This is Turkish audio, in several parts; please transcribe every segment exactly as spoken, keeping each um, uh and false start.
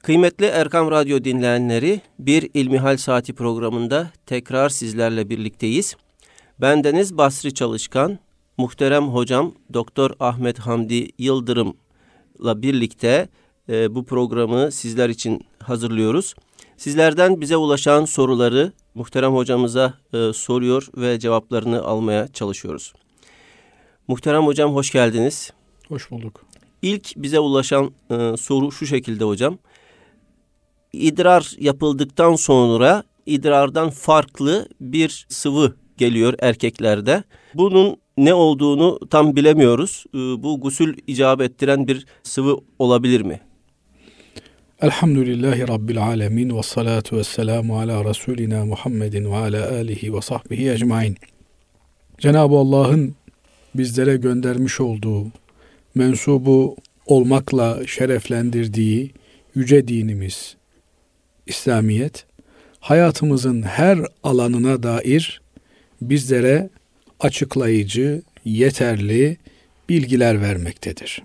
Kıymetli Erkam Radyo dinleyenleri, bir İlmihal Saati programında tekrar sizlerle birlikteyiz. Bendeniz Basri Çalışkan, muhterem hocam Doktor Ahmet Hamdi Yıldırım'la birlikte e, bu programı sizler için hazırlıyoruz. Sizlerden bize ulaşan soruları muhterem hocamıza e, soruyor ve cevaplarını almaya çalışıyoruz. Muhterem hocam hoş geldiniz. Hoş bulduk. İlk bize ulaşan e, soru şu şekilde hocam. İdrar yapıldıktan sonra idrardan farklı bir sıvı geliyor erkeklerde. Bunun ne olduğunu tam bilemiyoruz. Bu gusül icap ettiren bir sıvı olabilir mi? Elhamdülillahi Rabbil alemin ve salatu ve selamu ala Resulina Muhammedin ve ala alihi ve sahbihi ecmain. Cenab-ı Allah'ın bizlere göndermiş olduğu, mensubu olmakla şereflendirdiği yüce dinimiz İslamiyet, hayatımızın her alanına dair bizlere açıklayıcı, yeterli bilgiler vermektedir.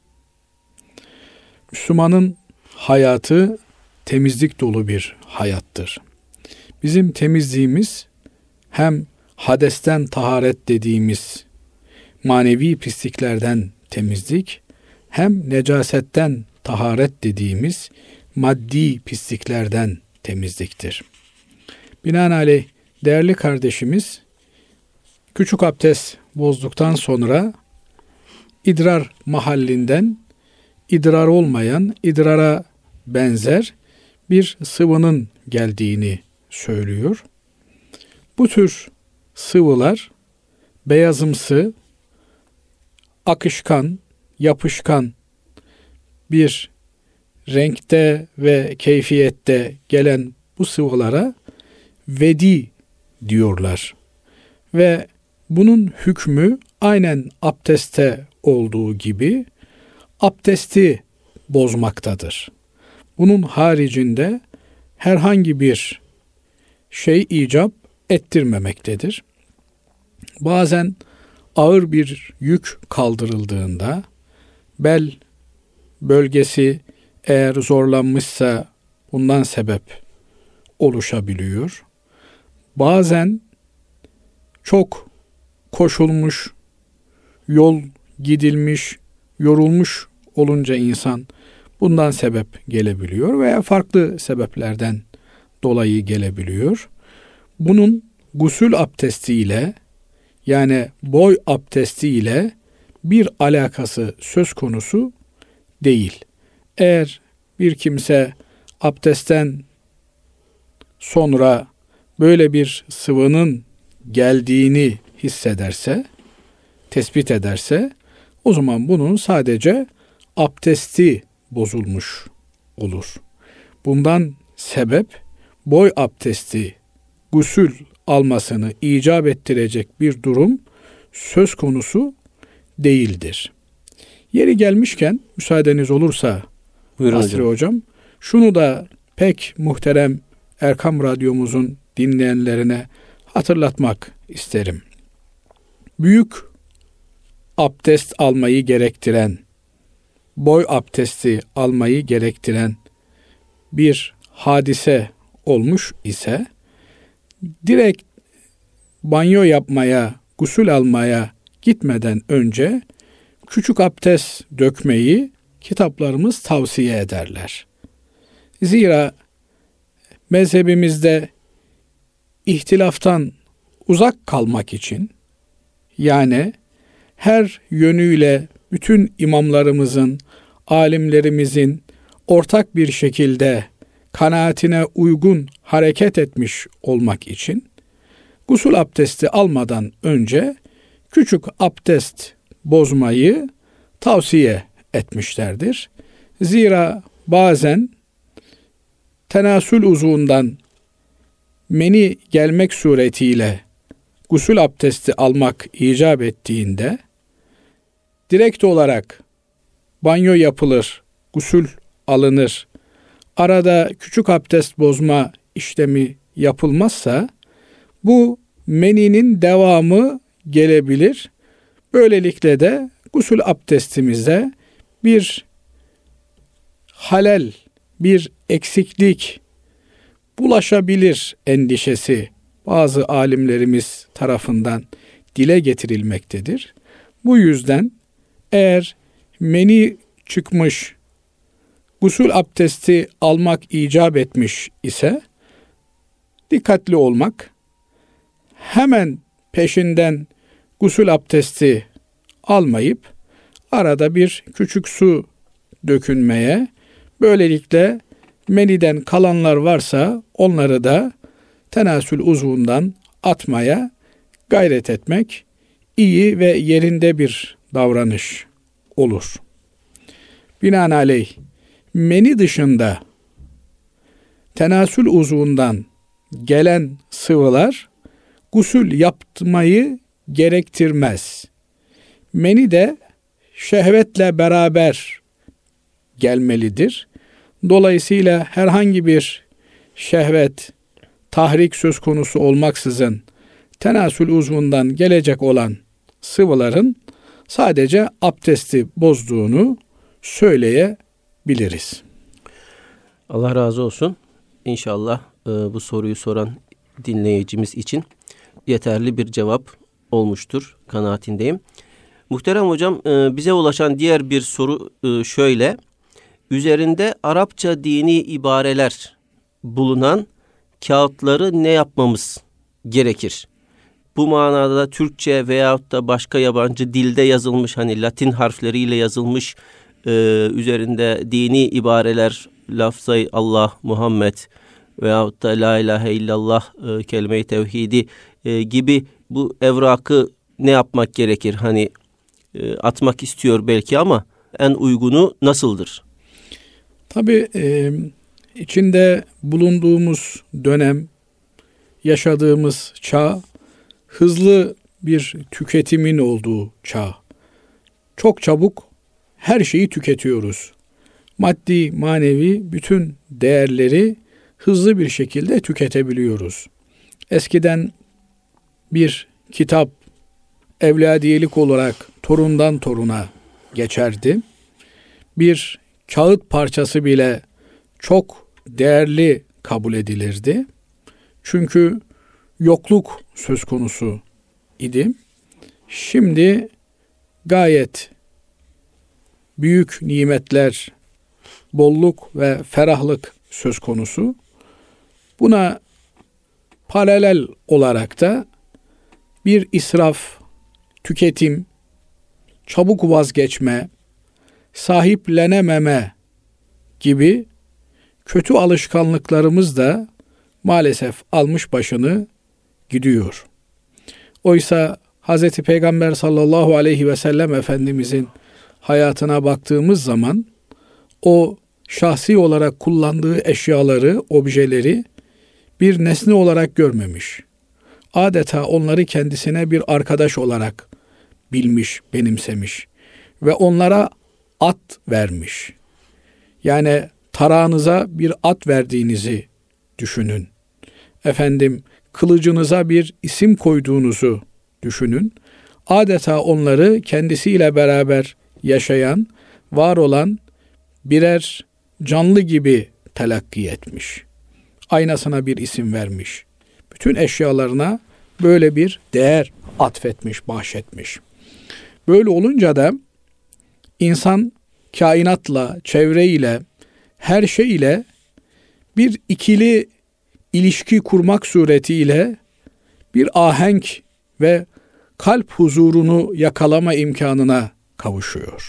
Müslümanın hayatı temizlik dolu bir hayattır. Bizim temizliğimiz hem hadesten taharet dediğimiz manevi pisliklerden temizlik, hem necasetten taharet dediğimiz maddi pisliklerden temizliktir. Binaenaleyh değerli kardeşimiz küçük abdest bozduktan sonra idrar mahallinden idrar olmayan, idrara benzer bir sıvının geldiğini söylüyor. Bu tür sıvılar beyazımsı, akışkan, yapışkan bir renkte ve keyfiyette gelen bu sıvılara vedi diyorlar. Ve bunun hükmü aynen abdeste olduğu gibi abdesti bozmaktadır. Bunun haricinde herhangi bir şey icap ettirmemektedir. Bazen ağır bir yük kaldırıldığında bel bölgesi eğer zorlanmışsa bundan sebep oluşabiliyor. Bazen çok koşulmuş, yol gidilmiş, yorulmuş olunca insan bundan sebep gelebiliyor veya farklı sebeplerden dolayı gelebiliyor. Bunun gusül abdestiyle yani boy abdestiyle bir alakası söz konusu değil. Eğer bir kimse abdestten sonra böyle bir sıvının geldiğini hissederse, tespit ederse, o zaman bunun sadece abdesti bozulmuş olur. Bundan sebep boy abdesti, gusül almasını icap ettirecek bir durum söz konusu değildir. Yeri gelmişken müsaadeniz olursa Buyurun Basri hocam. hocam, şunu da pek muhterem Erkam Radyomuzun dinleyenlerine hatırlatmak isterim. Büyük abdest almayı gerektiren, boy abdesti almayı gerektiren bir hadise olmuş ise direkt banyo yapmaya, gusül almaya gitmeden önce küçük abdest dökmeyi kitaplarımız tavsiye ederler. Zira mezhebimizde ihtilaftan uzak kalmak için, yani her yönüyle bütün imamlarımızın, alimlerimizin ortak bir şekilde kanaatine uygun hareket etmiş olmak için gusül abdesti almadan önce küçük abdest bozmayı tavsiye etmişlerdir. Zira bazen tenasül uzvundan meni gelmek suretiyle gusül abdesti almak icap ettiğinde direkt olarak banyo yapılır, gusül alınır, arada küçük abdest bozma işlemi yapılmazsa bu meninin devamı gelebilir. Böylelikle de gusül abdestimize bir halel, bir eksiklik bulaşabilir endişesi bazı alimlerimiz tarafından dile getirilmektedir. Bu yüzden eğer meni çıkmış, gusül abdesti almak icap etmiş ise dikkatli olmak, hemen peşinden gusül abdesti almayıp arada bir küçük su dökünmeye, böylelikle meniden kalanlar varsa onları da tenasül uzvundan atmaya gayret etmek iyi ve yerinde bir davranış olur. Binaenaleyh meni dışında tenasül uzvundan gelen sıvılar gusül yapmayı gerektirmez. Meni de şehvetle beraber gelmelidir. Dolayısıyla herhangi bir şehvet, tahrik söz konusu olmaksızın tenasül uzvundan gelecek olan sıvıların sadece abdesti bozduğunu söyleyebiliriz. Allah razı olsun. İnşallah e, bu soruyu soran dinleyicimiz için yeterli bir cevap olmuştur kanaatindeyim. Muhterem hocam, e, bize ulaşan diğer bir soru e, şöyle. Üzerinde Arapça dini ibareler bulunan kağıtları ne yapmamız gerekir? Bu manada Türkçe veyahut da başka yabancı dilde yazılmış, hani Latin harfleriyle yazılmış e, üzerinde dini ibareler, lafzayı Allah, Muhammed veyahut da La ilahe illallah, e, kelime-i tevhidi e, gibi bu evrakı ne yapmak gerekir? Hani e, atmak istiyor belki ama en uygunu nasıldır? Tabii e, içinde bulunduğumuz dönem, yaşadığımız çağ, hızlı bir tüketimin olduğu çağ. Çok çabuk her şeyi tüketiyoruz. Maddi, manevi bütün değerleri hızlı bir şekilde tüketebiliyoruz. Eskiden bir kitap evladiyelik olarak torundan toruna geçerdi. Bir kağıt parçası bile çok değerli kabul edilirdi. Çünkü yokluk söz konusu idi. Şimdi gayet büyük nimetler, bolluk ve ferahlık söz konusu. Buna paralel olarak da bir israf, tüketim, çabuk vazgeçme, sahiplenememe gibi kötü alışkanlıklarımız da maalesef almış başını gidiyor. Oysa Hz. Peygamber sallallahu aleyhi ve sellem Efendimizin hayatına baktığımız zaman o şahsi olarak kullandığı eşyaları, objeleri bir nesne olarak görmemiş. Adeta onları kendisine bir arkadaş olarak bilmiş, benimsemiş ve onlara at vermiş. Yani tarağınıza bir at verdiğinizi düşünün. Efendim, kılıcınıza bir isim koyduğunuzu düşünün. Adeta onları kendisiyle beraber yaşayan, var olan birer canlı gibi telakki etmiş. Aynasına bir isim vermiş. Bütün eşyalarına böyle bir değer atfetmiş, bahşetmiş. Böyle olunca da insan kainatla, çevreyle, her şeyle bir ikili ilişki kurmak suretiyle bir ahenk ve kalp huzurunu yakalama imkanına kavuşuyor.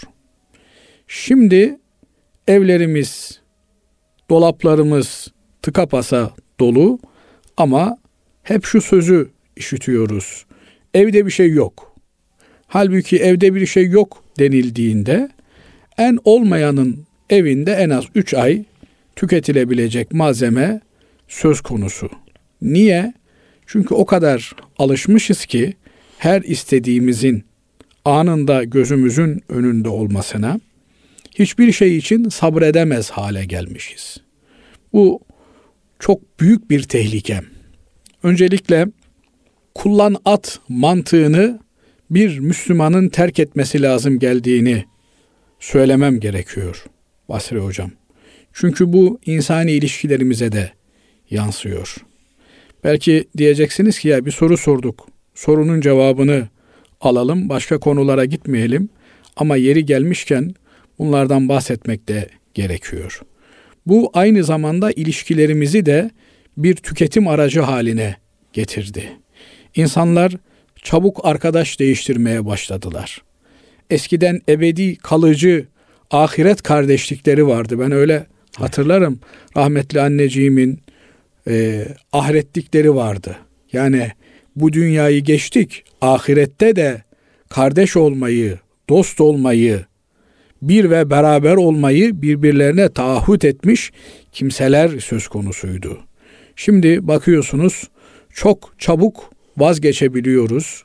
Şimdi evlerimiz, dolaplarımız tıka basa dolu ama hep şu sözü işitiyoruz. Evde bir şey yok. Halbuki evde bir şey yok denildiğinde en olmayanın evinde en az üç ay tüketilebilecek malzeme söz konusu. Niye? Çünkü o kadar alışmışız ki her istediğimizin anında gözümüzün önünde olmasına, hiçbir şey için sabredemez hale gelmişiz. Bu çok büyük bir tehlike. Öncelikle kullan at mantığını bir Müslümanın terk etmesi lazım geldiğini söylemem gerekiyor Basri Hocam. Çünkü bu insani ilişkilerimize de yansıyor. Belki diyeceksiniz ki ya bir soru sorduk. Sorunun cevabını alalım, başka konulara gitmeyelim. Ama yeri gelmişken bunlardan bahsetmek de gerekiyor. Bu aynı zamanda ilişkilerimizi de bir tüketim aracı haline getirdi. İnsanlar çabuk arkadaş değiştirmeye başladılar. Eskiden ebedi, kalıcı, ahiret kardeşlikleri vardı. Ben öyle hatırlarım. Rahmetli anneciğimin e, ahiretlikleri vardı. Yani bu dünyayı geçtik, ahirette de kardeş olmayı, dost olmayı, bir ve beraber olmayı birbirlerine taahhüt etmiş kimseler söz konusuydu. Şimdi bakıyorsunuz çok çabuk vazgeçebiliyoruz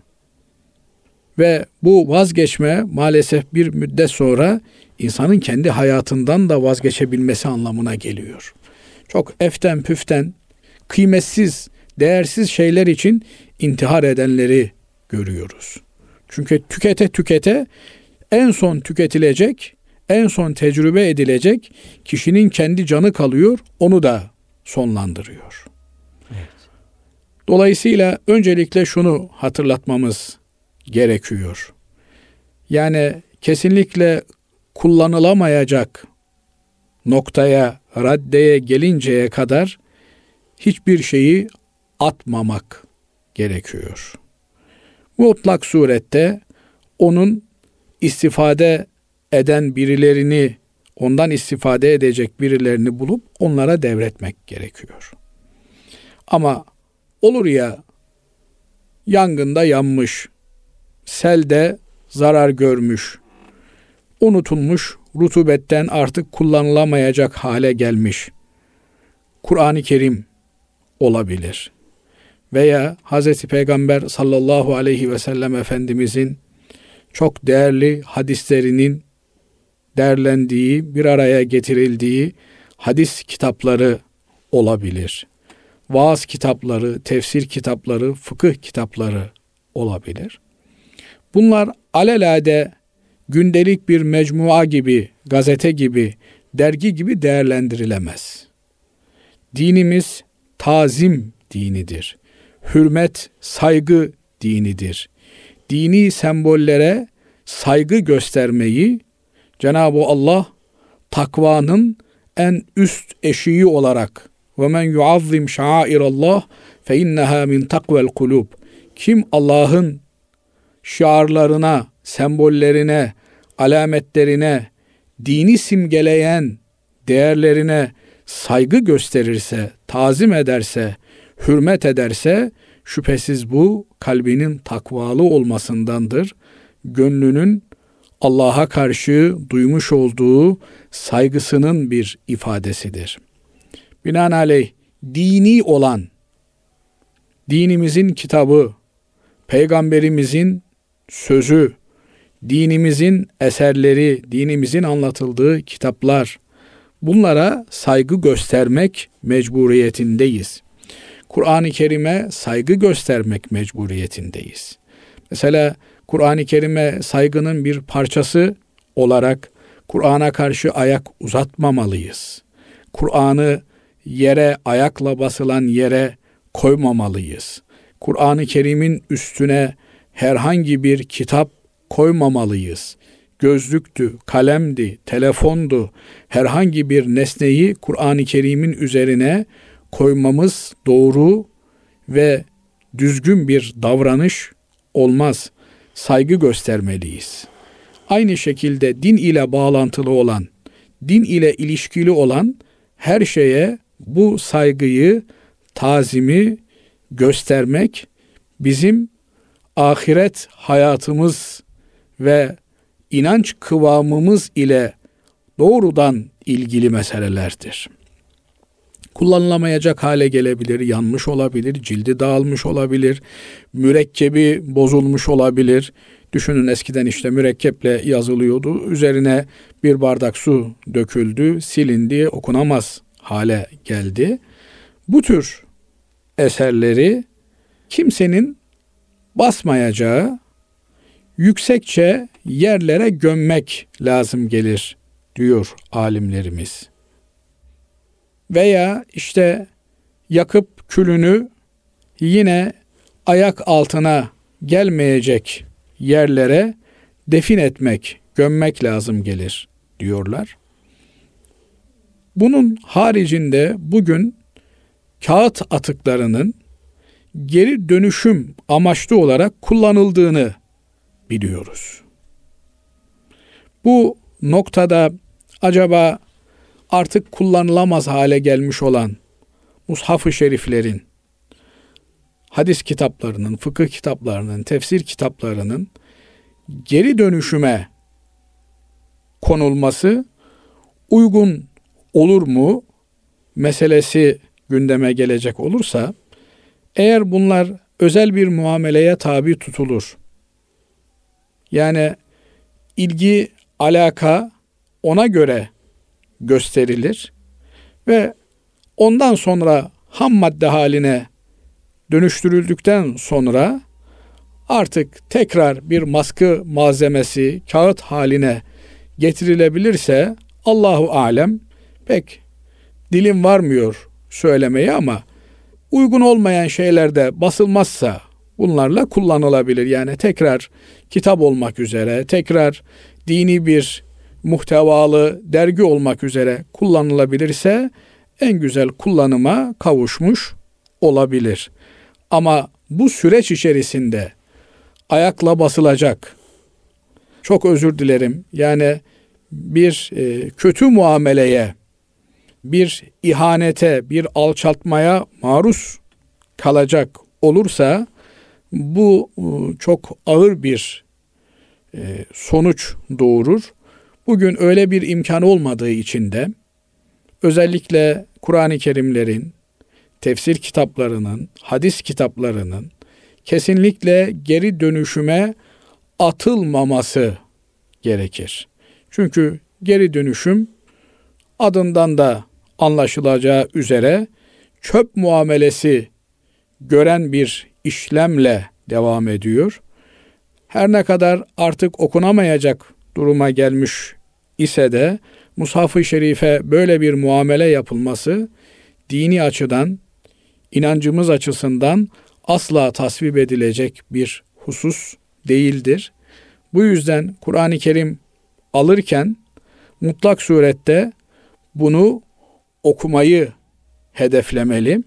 ve bu vazgeçme maalesef bir müddet sonra insanın kendi hayatından da vazgeçebilmesi anlamına geliyor. Çok eften püften, kıymetsiz, değersiz şeyler için intihar edenleri görüyoruz. Çünkü tükete tükete en son tüketilecek, en son tecrübe edilecek kişinin kendi canı kalıyor, onu da sonlandırıyor. Evet. Dolayısıyla öncelikle şunu hatırlatmamız gerekiyor. Yani kesinlikle kullanılamayacak noktaya, raddeye gelinceye kadar hiçbir şeyi atmamak gerekiyor. Mutlak surette onun istifade eden birilerini, ondan istifade edecek birilerini bulup onlara devretmek gerekiyor. Ama olur ya yangında yanmış, selde zarar görmüş, unutulmuş, rutubetten artık kullanılamayacak hale gelmiş Kur'an-ı Kerim olabilir. Veya Hazreti Peygamber sallallahu aleyhi ve sellem Efendimizin çok değerli hadislerinin derlendiği, bir araya getirildiği hadis kitapları olabilir. Vaaz kitapları, tefsir kitapları, fıkıh kitapları olabilir. Bunlar alelade gündelik bir mecmua gibi, gazete gibi, dergi gibi değerlendirilemez. Dinimiz tazim dinidir. Hürmet, saygı dinidir. Dini sembollere saygı göstermeyi Cenab-ı Allah takvanın en üst eşiği olarak وَمَنْ يُعَظِّمْ شَعَائِرَ اللّٰهِ فَاِنَّهَا مِنْ تَقْوَ الْقُلُوبِ Kim Allah'ın şiarlarına, sembollerine, alametlerine, dini simgeleyen değerlerine saygı gösterirse, tazim ederse, hürmet ederse şüphesiz bu kalbinin takvalı olmasındandır. Gönlünün Allah'a karşı duymuş olduğu saygısının bir ifadesidir. Binaenaleyh dini olan, dinimizin kitabı, peygamberimizin sözü, dinimizin eserleri, dinimizin anlatıldığı kitaplar, bunlara saygı göstermek mecburiyetindeyiz. Kur'an-ı Kerim'e saygı göstermek mecburiyetindeyiz. Mesela Kur'an-ı Kerim'e saygının bir parçası olarak Kur'an'a karşı ayak uzatmamalıyız. Kur'an'ı yere, ayakla basılan yere koymamalıyız. Kur'an-ı Kerim'in üstüne herhangi bir kitap koymamalıyız. Gözlüktü, kalemdi, telefondu, herhangi bir nesneyi Kur'an-ı Kerim'in üzerine koymamız doğru ve düzgün bir davranış olmaz. Saygı göstermeliyiz. Aynı şekilde din ile bağlantılı olan, din ile ilişkili olan her şeye bu saygıyı, tazimi göstermek bizim ahiret hayatımız ve inanç kıvamımız ile doğrudan ilgili meselelerdir. Kullanılamayacak hale gelebilir, yanmış olabilir, cildi dağılmış olabilir, mürekkebi bozulmuş olabilir. Düşünün eskiden işte mürekkeple yazılıyordu. Üzerine bir bardak su döküldü, silindi, okunamaz hale geldi. Bu tür eserleri kimsenin basmayacağı yüksekçe yerlere gömmek lazım gelir diyor alimlerimiz. veya işte yakıp külünü yine ayak altına gelmeyecek yerlere defin etmek, gömmek lazım gelir diyorlar. Bunun haricinde bugün kağıt atıklarının geri dönüşüm amaçlı olarak kullanıldığını biliyoruz. Bu noktada acaba artık kullanılamaz hale gelmiş olan mushaf-ı şeriflerin, hadis kitaplarının, fıkıh kitaplarının, tefsir kitaplarının geri dönüşüme konulması uygun olur mu meselesi gündeme gelecek olursa, eğer bunlar özel bir muameleye tabi tutulur, yani ilgi, alaka ona göre gösterilir ve ondan sonra ham madde haline dönüştürüldükten sonra artık tekrar bir maskı malzemesi, kağıt haline getirilebilirse, Allahu alem, pek dilim varmıyor söylemeye ama uygun olmayan şeylerde basılmazsa bunlarla kullanılabilir. Yani tekrar kitap olmak üzere, tekrar dini bir muhtevalı dergi olmak üzere kullanılabilirse en güzel kullanıma kavuşmuş olabilir. Ama bu süreç içerisinde ayakla basılacak, çok özür dilerim, yani bir e, kötü muameleye, bir ihanete, bir alçaltmaya maruz kalacak olursa bu e, çok ağır bir e, sonuç doğurur. Bugün öyle bir imkan olmadığı için de özellikle Kur'an-ı Kerimlerin, tefsir kitaplarının, hadis kitaplarının kesinlikle geri dönüşüme atılmaması gerekir. Çünkü geri dönüşüm adından da anlaşılacağı üzere çöp muamelesi gören bir işlemle devam ediyor. Her ne kadar artık okunamayacak duruma gelmiş ise de Mushaf-ı Şerif'e böyle bir muamele yapılması dini açıdan, inancımız açısından asla tasvip edilecek bir husus değildir. Bu yüzden Kur'an-ı Kerim alırken mutlak surette bunu okumayı hedeflemeli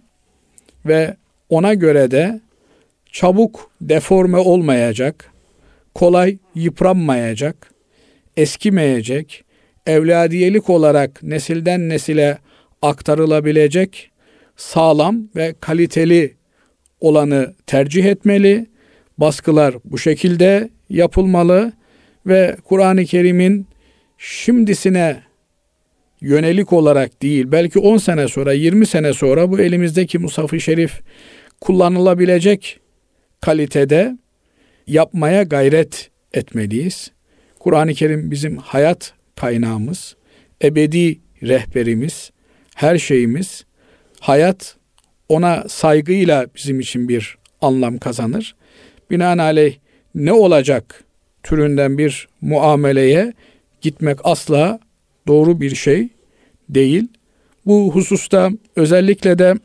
ve ona göre de çabuk deforme olmayacak, kolay yıpranmayacak, eskimeyecek, evladiyelik olarak nesilden nesile aktarılabilecek sağlam ve kaliteli olanı tercih etmeli. Baskılar bu şekilde yapılmalı ve Kur'an-ı Kerim'in şimdisine yönelik olarak değil, belki on sene sonra, yirmi sene sonra bu elimizdeki Mushaf-ı Şerif kullanılabilecek kalitede yapmaya gayret etmeliyiz. Kur'an-ı Kerim bizim hayat kaynağımız, ebedi rehberimiz, her şeyimiz. Hayat ona saygıyla bizim için bir anlam kazanır. Binaenaleyh ne olacak türünden bir muameleye gitmek asla doğru bir şey değil. Bu hususta özellikle de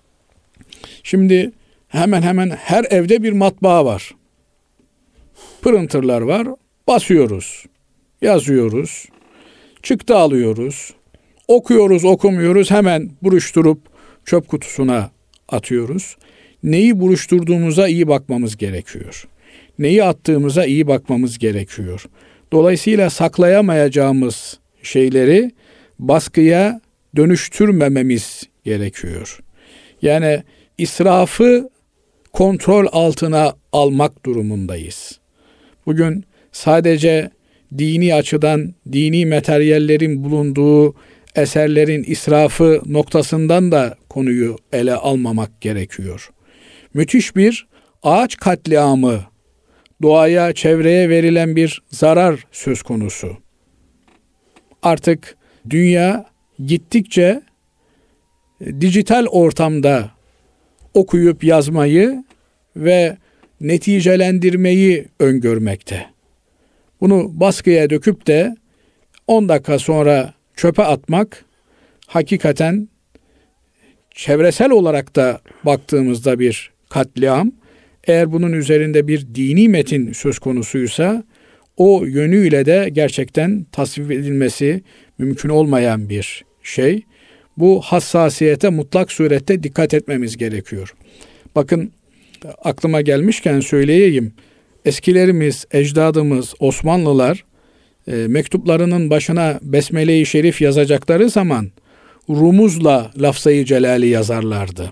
şimdi hemen hemen her evde bir matbaa var. Printerlar var. Basıyoruz. Yazıyoruz. Çıktı alıyoruz. Okuyoruz, okumuyoruz. Hemen buruşturup çöp kutusuna atıyoruz. Neyi buruşturduğumuza iyi bakmamız gerekiyor. Neyi attığımıza iyi bakmamız gerekiyor. Dolayısıyla saklayamayacağımız şeyleri baskıya dönüştürmememiz gerekiyor. Yani israfı kontrol altına almak durumundayız. Bugün sadece dini açıdan dini materyallerin bulunduğu eserlerin israfı noktasından da konuyu ele almamak gerekiyor. Müthiş bir ağaç katliamı, doğaya, çevreye verilen bir zarar söz konusu. Artık dünya gittikçe dijital ortamda okuyup yazmayı ve neticelendirmeyi öngörmekte. Bunu baskıya döküp de on dakika sonra çöpe atmak hakikaten çevresel olarak da baktığımızda bir katliam, eğer bunun üzerinde bir dini metin söz konusuysa o yönüyle de gerçekten tasvip edilmesi mümkün olmayan bir şey. Bu hassasiyete mutlak surette dikkat etmemiz gerekiyor. Bakın, aklıma gelmişken söyleyeyim. Eskilerimiz, ecdadımız, Osmanlılar e, mektuplarının başına Besmele-i Şerif yazacakları zaman rumuzla Lafz-ı Celali yazarlardı.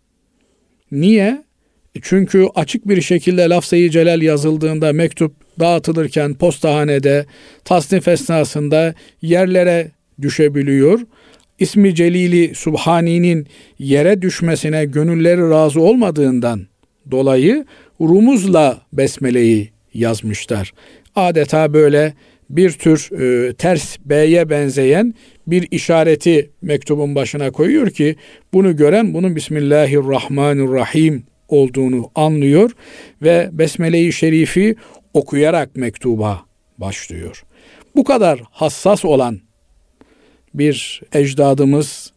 Niye? Çünkü açık bir şekilde Lafz-ı Celal yazıldığında mektup dağıtılırken postahanede, tasnif esnasında yerlere düşebiliyor. İsmi Celili Subhani'nin yere düşmesine gönülleri razı olmadığından dolayı rumuzla Besmele'yi yazmışlar. Adeta böyle bir tür e, ters B'ye benzeyen bir işareti mektubun başına koyuyor ki bunu gören bunun Bismillahirrahmanirrahim olduğunu anlıyor ve Besmele-i Şerifi okuyarak mektuba başlıyor. Bu kadar hassas olan bir ecdadımız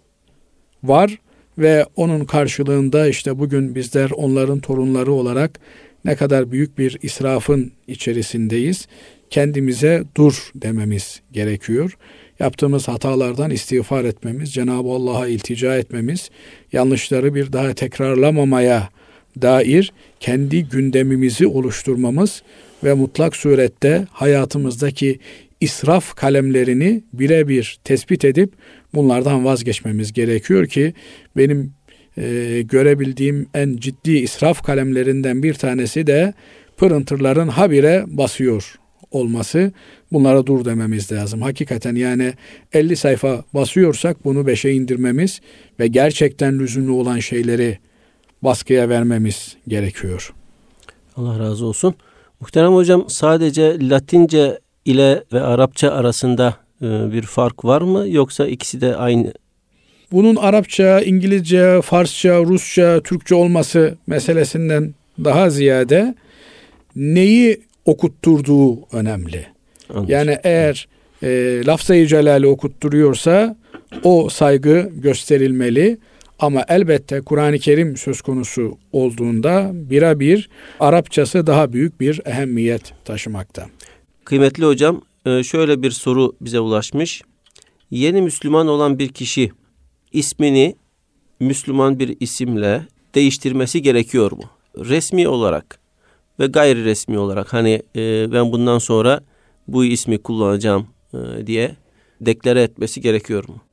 var ve onun karşılığında işte bugün bizler onların torunları olarak ne kadar büyük bir israfın içerisindeyiz. Kendimize dur dememiz gerekiyor. Yaptığımız hatalardan istiğfar etmemiz, Cenab-ı Allah'a iltica etmemiz, yanlışları bir daha tekrarlamamaya dair kendi gündemimizi oluşturmamız ve mutlak surette hayatımızdaki israf kalemlerini birebir tespit edip bunlardan vazgeçmemiz gerekiyor ki benim e, görebildiğim en ciddi israf kalemlerinden bir tanesi de printerların habire basıyor olması. Bunlara dur dememiz lazım. Hakikaten yani elli sayfa basıyorsak bunu beşe indirmemiz ve gerçekten lüzumlu olan şeyleri baskıya vermemiz gerekiyor. Allah razı olsun. Muhterem hocam, sadece Latince ile ve Arapça arasında bir fark var mı, yoksa ikisi de aynı? Bunun Arapça, İngilizce, Farsça, Rusça, Türkçe olması meselesinden daha ziyade neyi okutturduğu önemli. Anladım. Yani eğer e, Lafz-ı Celal'i okutturuyorsa o saygı gösterilmeli. Ama elbette Kur'an-ı Kerim söz konusu olduğunda birebir Arapçası daha büyük bir ehemmiyet taşımakta. Kıymetli hocam, şöyle bir soru bize ulaşmış. Yeni Müslüman olan bir kişi ismini Müslüman bir isimle değiştirmesi gerekiyor mu? Resmi olarak ve gayri resmi olarak, hani ben bundan sonra bu ismi kullanacağım diye deklare etmesi gerekiyor mu?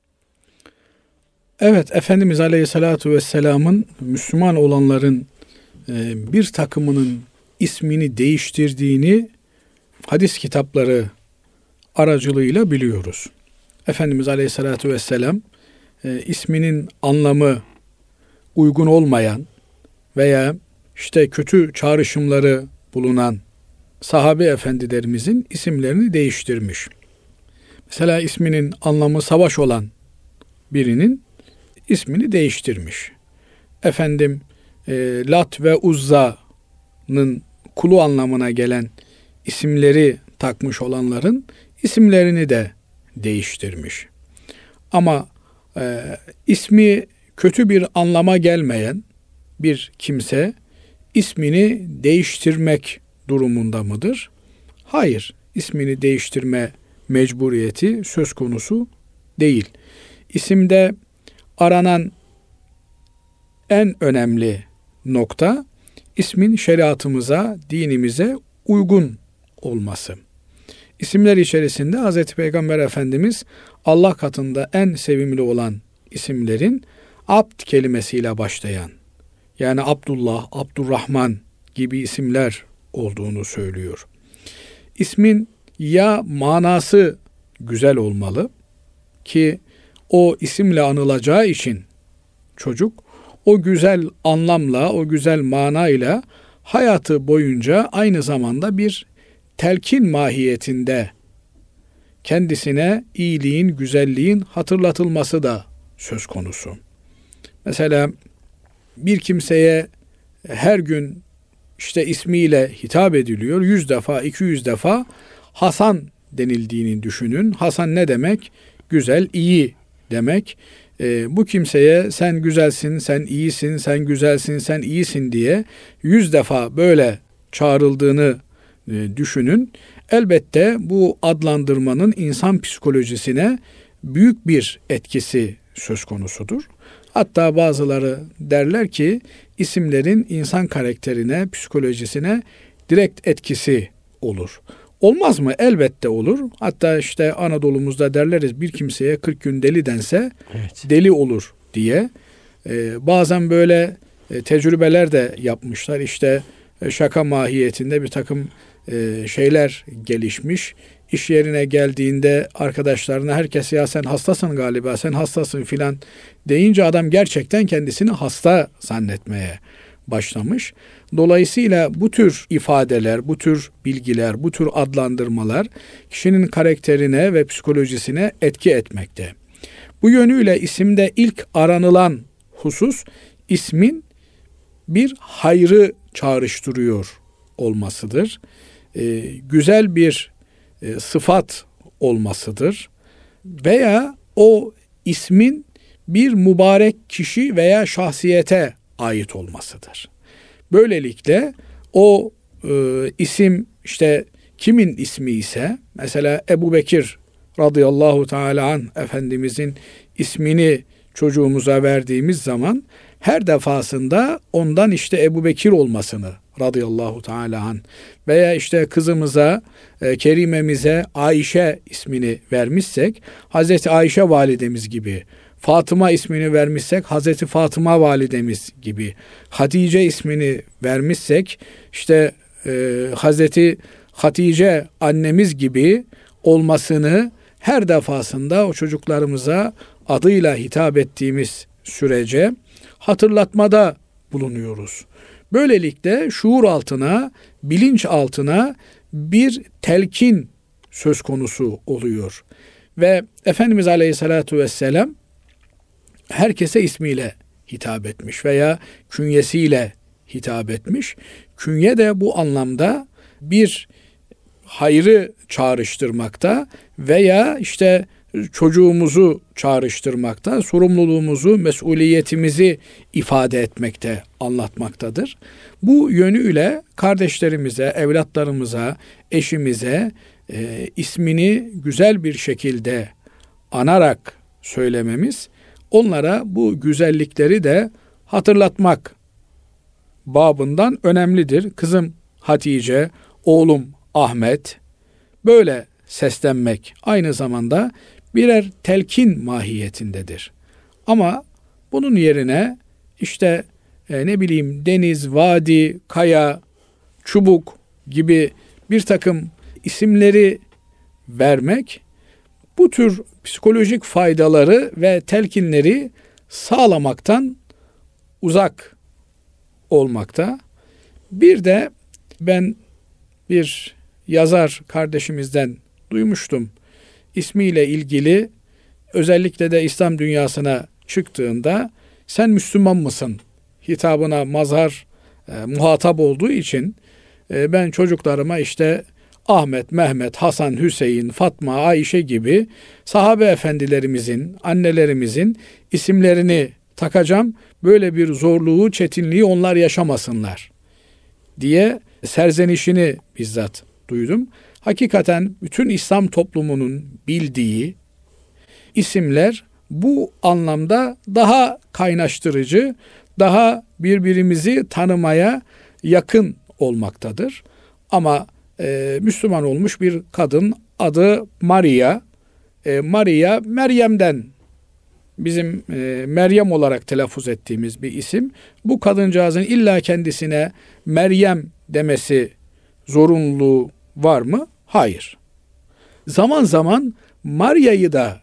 Evet, Efendimiz Aleyhisselatü Vesselam'ın Müslüman olanların e, bir takımının ismini değiştirdiğini hadis kitapları aracılığıyla biliyoruz. Efendimiz Aleyhisselatü Vesselam e, isminin anlamı uygun olmayan veya işte kötü çağrışımları bulunan sahabe efendilerimizin isimlerini değiştirmiş. Mesela isminin anlamı savaş olan birinin ismini değiştirmiş. Efendim e, Lat ve Uzza'nın kulu anlamına gelen isimleri takmış olanların isimlerini de değiştirmiş. Ama e, ismi kötü bir anlama gelmeyen bir kimse ismini değiştirmek durumunda mıdır? Hayır, ismini değiştirme mecburiyeti söz konusu değil. İsimde aranan en önemli nokta ismin şeriatımıza, dinimize uygun olması. İsimler içerisinde Hazreti Peygamber Efendimiz Allah katında en sevimli olan isimlerin abd kelimesiyle başlayan, yani Abdullah, Abdurrahman gibi isimler olduğunu söylüyor. İsmin ya manası güzel olmalı ki o isimle anılacağı için çocuk o güzel anlamla, o güzel manayla hayatı boyunca aynı zamanda bir telkin mahiyetinde kendisine iyiliğin, güzelliğin hatırlatılması da söz konusu. Mesela bir kimseye her gün işte ismiyle hitap ediliyor. Yüz defa, iki yüz defa Hasan denildiğini düşünün. Hasan ne demek? Güzel, iyi demek. e, bu kimseye sen güzelsin, sen iyisin, sen güzelsin, sen iyisin diye yüz defa böyle çağrıldığını e, düşünün. Elbette bu adlandırmanın insan psikolojisine büyük bir etkisi söz konusudur. Hatta bazıları derler ki isimlerin insan karakterine, psikolojisine direkt etkisi olur. Olmaz mı? Elbette olur. Hatta işte Anadolu'muzda derleriz bir kimseye kırk gün deli dense evet. deli olur diye. Ee, bazen böyle e, tecrübeler de yapmışlar. İşte e, şaka mahiyetinde bir takım e, şeyler gelişmiş. İş yerine geldiğinde arkadaşlarına herkes ya sen hastasın galiba, sen hastasın filan deyince adam gerçekten kendisini hasta zannetmeye başlamış. Dolayısıyla bu tür ifadeler, bu tür bilgiler, bu tür adlandırmalar kişinin karakterine ve psikolojisine etki etmekte. Bu yönüyle isimde ilk aranılan husus ismin bir hayrı çağrıştırıyor olmasıdır. Ee, güzel bir e, sıfat olmasıdır. Veya o ismin bir mübarek kişi veya şahsiyete ait olmasıdır. Böylelikle o e, isim işte kimin ismi ise mesela Ebu Bekir radıyallahu teala an Efendimizin ismini çocuğumuza verdiğimiz zaman her defasında ondan işte Ebu Bekir olmasını radıyallahu teala an veya işte kızımıza, e, kerimemize Ayşe ismini vermişsek Hazreti Ayşe validemiz gibi, Fatıma ismini vermişsek Hazreti Fatıma validemiz gibi, Hatice ismini vermişsek işte e, Hazreti Hatice annemiz gibi olmasını her defasında o çocuklarımıza adıyla hitap ettiğimiz sürece hatırlatmada bulunuyoruz. Böylelikle şuur altına, bilinç altına bir telkin söz konusu oluyor. Ve Efendimiz Aleyhisselatü Vesselam herkese ismiyle hitap etmiş veya künyesiyle hitap etmiş. Künye de bu anlamda bir hayrı çağrıştırmakta veya işte çocuğumuzu çağrıştırmakta, sorumluluğumuzu, mesuliyetimizi ifade etmekte, anlatmaktadır. Bu yönüyle kardeşlerimize, evlatlarımıza, eşimize e, ismini güzel bir şekilde anarak söylememiz, onlara bu güzellikleri de hatırlatmak babından önemlidir. Kızım Hatice, oğlum Ahmet, böyle seslenmek aynı zamanda birer telkin mahiyetindedir. Ama bunun yerine işte e, ne bileyim deniz, vadi, kaya, çubuk gibi bir takım isimleri vermek bu tür psikolojik faydaları ve telkinleri sağlamaktan uzak olmakta. Bir de ben bir yazar kardeşimizden duymuştum. İsmiyle ilgili özellikle de İslam dünyasına çıktığında sen Müslüman mısın hitabına mazhar e, muhatap olduğu için e, ben çocuklarıma işte Ahmet, Mehmet, Hasan, Hüseyin, Fatma, Ayşe gibi sahabe efendilerimizin, annelerimizin isimlerini takacağım. Böyle bir zorluğu, çetinliği onlar yaşamasınlar diye serzenişini bizzat duydum. Hakikaten bütün İslam toplumunun bildiği isimler bu anlamda daha kaynaştırıcı, daha birbirimizi tanımaya yakın olmaktadır. Ama e, Müslüman olmuş bir kadın adı Maria. E, Maria Meryem'den bizim e, Meryem olarak telaffuz ettiğimiz bir isim. Bu kadıncağızın illa kendisine Meryem demesi zorunluluğu var mı? Hayır. Zaman zaman Maria'yı da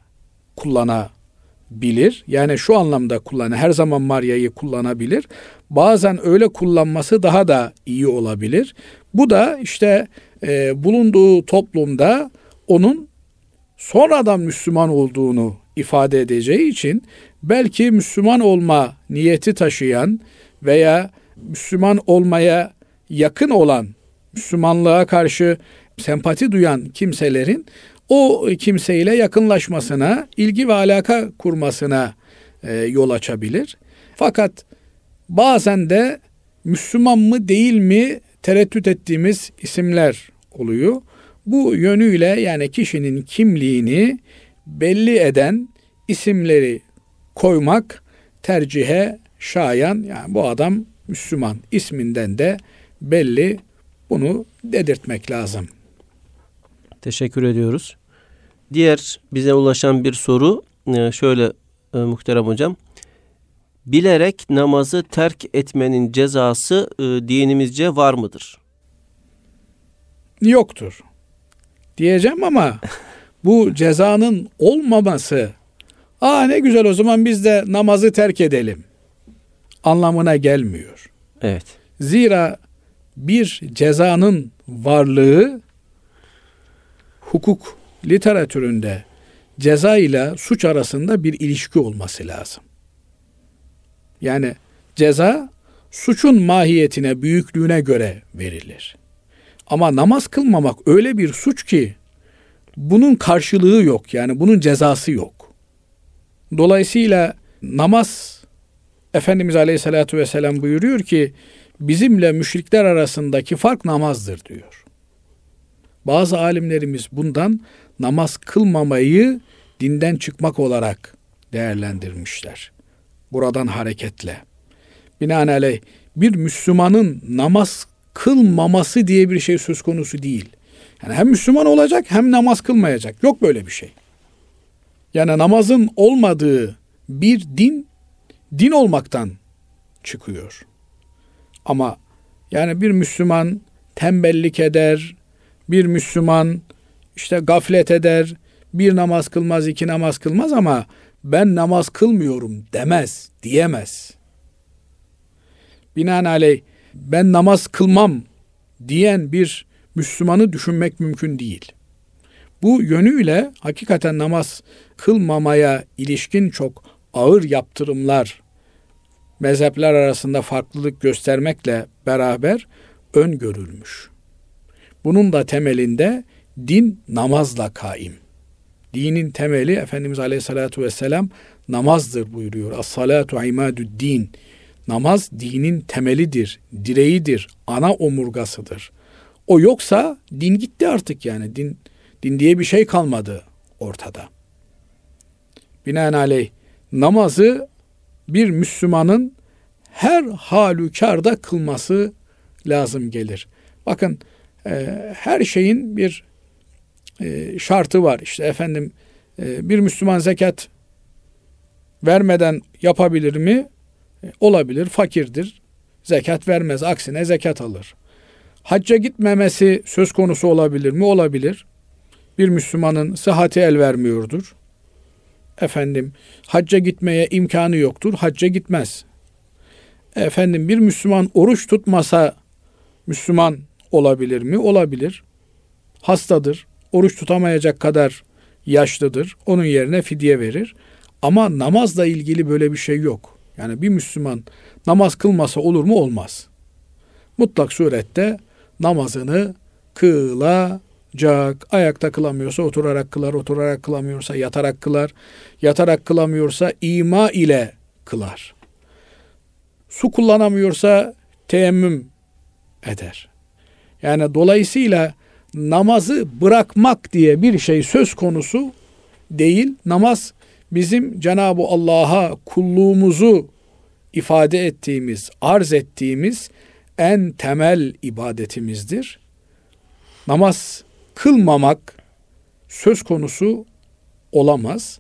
kullanabilir. Yani şu anlamda kullanır. Her zaman Maria'yı kullanabilir. Bazen öyle kullanması daha da iyi olabilir. Bu da işte e, bulunduğu toplumda onun sonradan Müslüman olduğunu ifade edeceği için belki Müslüman olma niyeti taşıyan veya Müslüman olmaya yakın olan, Müslümanlığa karşı sempati duyan kimselerin o kimseyle yakınlaşmasına, ilgi ve alaka kurmasına e, yol açabilir. Fakat bazen de Müslüman mı değil mi tereddüt ettiğimiz isimler oluyor. Bu yönüyle yani kişinin kimliğini belli eden isimleri koymak tercihe şayan, yani bu adam Müslüman isminden de belli, bunu dedirtmek lazım. Teşekkür ediyoruz. Diğer bize ulaşan bir soru şöyle e, muhterem hocam. Bilerek namazı terk etmenin cezası e, dinimizce var mıdır? Yoktur diyeceğim ama bu cezanın olmaması, aa ne güzel o zaman biz de namazı terk edelim anlamına gelmiyor. Evet. Zira bir cezanın varlığı hukuk literatüründe ceza ile suç arasında bir ilişki olması lazım. Yani ceza suçun mahiyetine, büyüklüğüne göre verilir. Ama namaz kılmamak öyle bir suç ki bunun karşılığı yok. Yani bunun cezası yok. Dolayısıyla namaz, Efendimiz Aleyhisselatü Vesselam buyuruyor ki bizimle müşrikler arasındaki fark namazdır diyor. Bazı alimlerimiz bundan namaz kılmamayı dinden çıkmak olarak değerlendirmişler. Buradan hareketle. Binaenaleyh bir Müslümanın namaz kılmaması diye bir şey söz konusu değil. Yani hem Müslüman olacak hem namaz kılmayacak. Yok böyle bir şey. Yani namazın olmadığı bir din, din olmaktan çıkıyor. Ama yani bir Müslüman tembellik eder, bir Müslüman işte gaflet eder, bir namaz kılmaz, iki namaz kılmaz ama ben namaz kılmıyorum demez, diyemez. Binaenaleyh ben namaz kılmam diyen bir Müslümanı düşünmek mümkün değil. Bu yönüyle hakikaten namaz kılmamaya ilişkin çok ağır yaptırımlar, mezhepler arasında farklılık göstermekle beraber öngörülmüş. Bunun da temelinde din namazla kaim. Dinin temeli Efendimiz Aleyhisselatü Vesselam namazdır buyuruyor. As-salatu imadü'd-din. Namaz dinin temelidir, direğidir, ana omurgasıdır. O yoksa din gitti artık yani. Din, din diye bir şey kalmadı ortada. Binaenaleyh namazı bir Müslümanın her halükarda kılması lazım gelir. Bakın e, her şeyin bir e, şartı var. İşte efendim e, bir Müslüman zekat vermeden yapabilir mi? E, olabilir, fakirdir. Zekat vermez, aksine zekat alır. Hacca gitmemesi söz konusu olabilir mi? Olabilir. Bir Müslümanın sıhhati el vermiyordur. Efendim hacca gitmeye imkanı yoktur. Hacca gitmez. Efendim bir Müslüman oruç tutmasa Müslüman olabilir mi? Olabilir. Hastadır. Oruç tutamayacak kadar yaşlıdır. Onun yerine fidye verir. Ama namazla ilgili böyle bir şey yok. Yani bir Müslüman namaz kılmasa olur mu? Olmaz. Mutlak surette namazını kılacak. Ayakta kılamıyorsa oturarak kılar, oturarak kılamıyorsa yatarak kılar, yatarak kılamıyorsa ima ile kılar. Su kullanamıyorsa teyemmüm eder. Yani dolayısıyla namazı bırakmak diye bir şey söz konusu değil. Namaz bizim Cenab-ı Allah'a kulluğumuzu ifade ettiğimiz, arz ettiğimiz en temel ibadetimizdir. Namaz kılmamak söz konusu olamaz.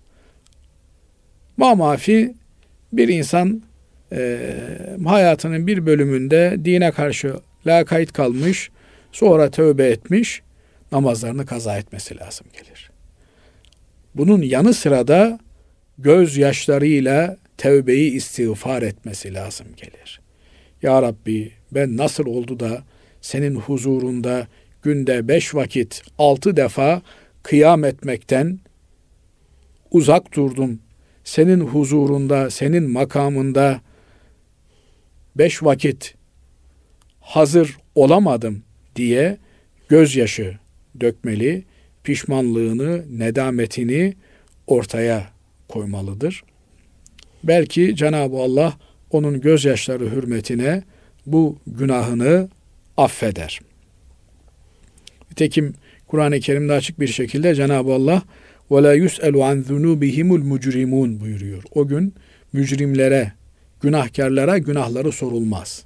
Mamafi bir insan e, hayatının bir bölümünde dine karşı lakayt kalmış, sonra tövbe etmiş, namazlarını kaza etmesi lazım gelir. Bunun yanı sıra da gözyaşlarıyla tevbeyi istiğfar etmesi lazım gelir. Ya Rabbi ben nasıl oldu da senin huzurunda günde beş vakit altı defa kıyam etmekten uzak durdum. Senin huzurunda, senin makamında beş vakit hazır olamadım diye gözyaşı dökmeli, pişmanlığını, nedametini ortaya koymalıdır. belki Cenab-ı Allah onun gözyaşları hürmetine bu günahını affeder. Nitekim Kur'an-ı Kerim'de açık bir şekilde Cenab-ı Allah وَلَا يُسْأَلُ عَنْ ذُنُوبِهِمُ الْمُجْرِمُونَ buyuruyor. O gün mücrimlere, günahkarlara günahları sorulmaz.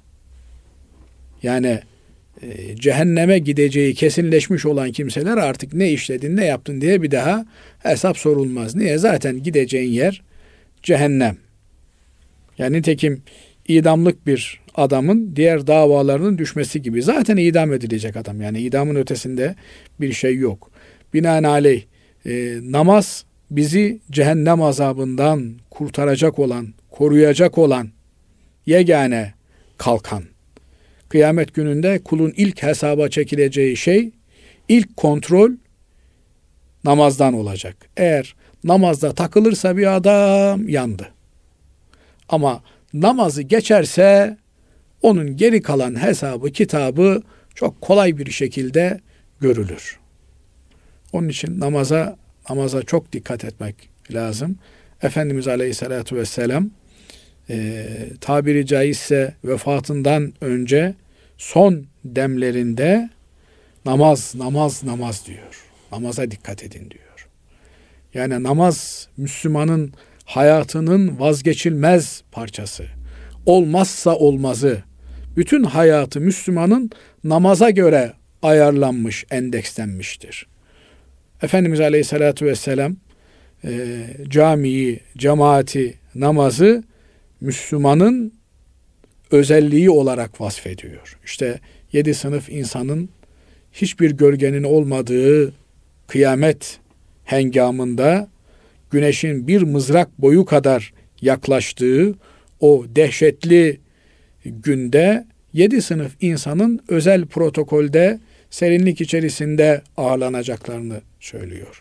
Yani e, cehenneme gideceği kesinleşmiş olan kimseler artık ne işledin, ne yaptın diye bir daha hesap sorulmaz. Niye? Zaten gideceğin yer cehennem. Yani nitekim idamlık bir adamın diğer davalarının düşmesi gibi. Zaten idam edilecek adam. Yani idamın ötesinde bir şey yok. Binaenaleyh e, namaz bizi cehennem azabından kurtaracak olan, koruyacak olan yegane kalkan. Kıyamet gününde kulun ilk hesaba çekileceği şey, ilk kontrol namazdan olacak. Eğer namazda takılırsa bir adam yandı. Ama namazı geçerse onun geri kalan hesabı, kitabı çok kolay bir şekilde görülür. Onun için namaza namaza çok dikkat etmek lazım. Efendimiz Aleyhisselatü Vesselam e, tabiri caizse vefatından önce son demlerinde namaz, namaz, namaz diyor. Namaza dikkat edin diyor. Yani namaz Müslümanın hayatının vazgeçilmez parçası. Olmazsa olmazı. Bütün hayatı Müslümanın namaza göre ayarlanmış, endekslenmiştir. Efendimiz Aleyhisselatü Vesselam e, camiyi, cemaati, namazı Müslümanın özelliği olarak vasfediyor. İşte yedi sınıf insanın hiçbir gölgenin olmadığı kıyamet hengamında güneşin bir mızrak boyu kadar yaklaştığı o dehşetli günde yedi sınıf insanın özel protokolde serinlik içerisinde ağırlanacaklarını söylüyor.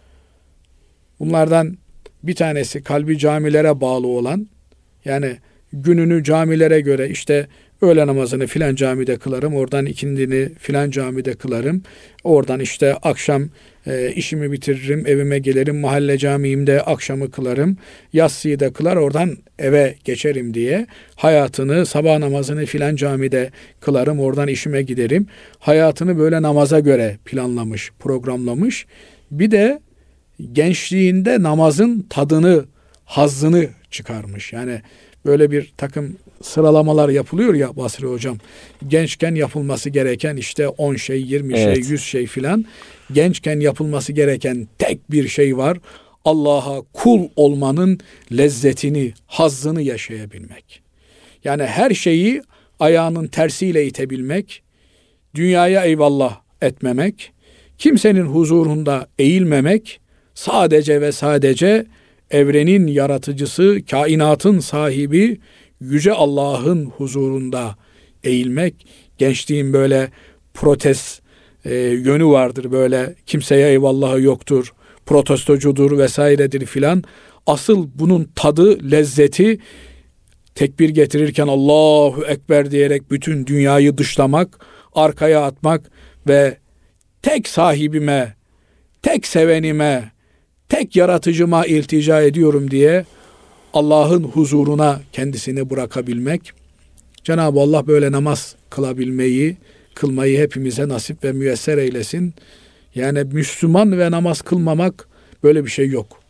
Bunlardan bir tanesi kalbi camilere bağlı olan, yani gününü camilere göre işte öğle namazını filan camide kılarım, oradan ikindini filan camide kılarım, oradan işte akşam e, işimi bitiririm, evime gelirim, mahalle camiimde akşamı kılarım, yatsıyı da kılar, oradan eve geçerim diye hayatını, sabah namazını filan camide kılarım, oradan işime giderim. Hayatını böyle namaza göre planlamış, programlamış. Bir de gençliğinde namazın tadını, hazzını çıkarmış. Yani böyle bir takım sıralamalar yapılıyor ya Basri Hocam. Gençken yapılması gereken işte on şey, yirmi evet. şey, yüz şey filan. Gençken yapılması gereken tek bir şey var. Allah'a kul olmanın lezzetini, hazzını yaşayabilmek. Yani her şeyi ayağının tersiyle itebilmek, dünyaya eyvallah etmemek, kimsenin huzurunda eğilmemek, sadece ve sadece evrenin yaratıcısı, kainatın sahibi, yüce Allah'ın huzurunda eğilmek. Gençliğin böyle protest e, yönü vardır, böyle kimseye eyvallahı yoktur, protestocudur vesairedir filan. Asıl bunun tadı, lezzeti tekbir getirirken Allahu Ekber diyerek bütün dünyayı dışlamak, arkaya atmak ve tek sahibime, tek sevenime, tek yaratıcıma iltica ediyorum diye Allah'ın huzuruna kendisini bırakabilmek. Cenab-ı Allah böyle namaz kılabilmeyi, kılmayı hepimize nasip ve müyesser eylesin. Yani Müslüman ve namaz kılmamak, böyle bir şey yok.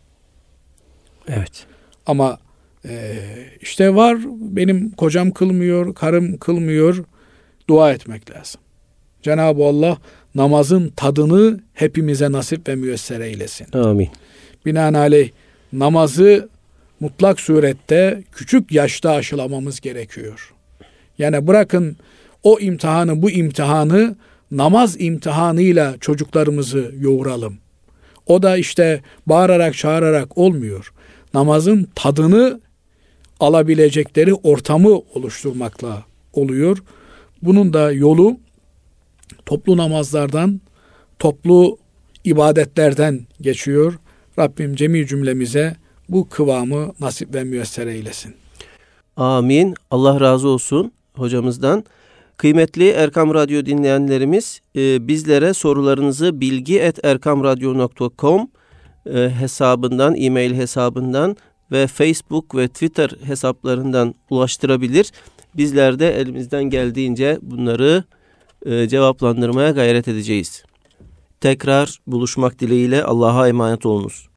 Evet. Ama e, işte var, benim kocam kılmıyor, karım kılmıyor, dua etmek lazım. Cenab-ı Allah namazın tadını hepimize nasip ve müyesser eylesin. Amin. Binaenaleyh namazı mutlak surette küçük yaşta aşılamamız gerekiyor. Yani bırakın o imtihanı, bu imtihanı namaz imtihanıyla çocuklarımızı yoğuralım. O da işte bağırarak çağırarak olmuyor. Namazın tadını alabilecekleri ortamı oluşturmakla oluyor. Bunun da yolu toplu namazlardan, toplu ibadetlerden geçiyor. Rabbim cemi cümlemize bu kıvamı nasip ve müyesser eylesin. Amin. Allah razı olsun hocamızdan. Kıymetli Erkam Radyo dinleyenlerimiz, e, bizlere sorularınızı bilgi et erkamradyo nokta com e, hesabından, e-mail hesabından ve Facebook ve Twitter hesaplarından ulaştırabilir. Bizler de elimizden geldiğince bunları e, cevaplandırmaya gayret edeceğiz. Tekrar buluşmak dileğiyle Allah'a emanet olunuz.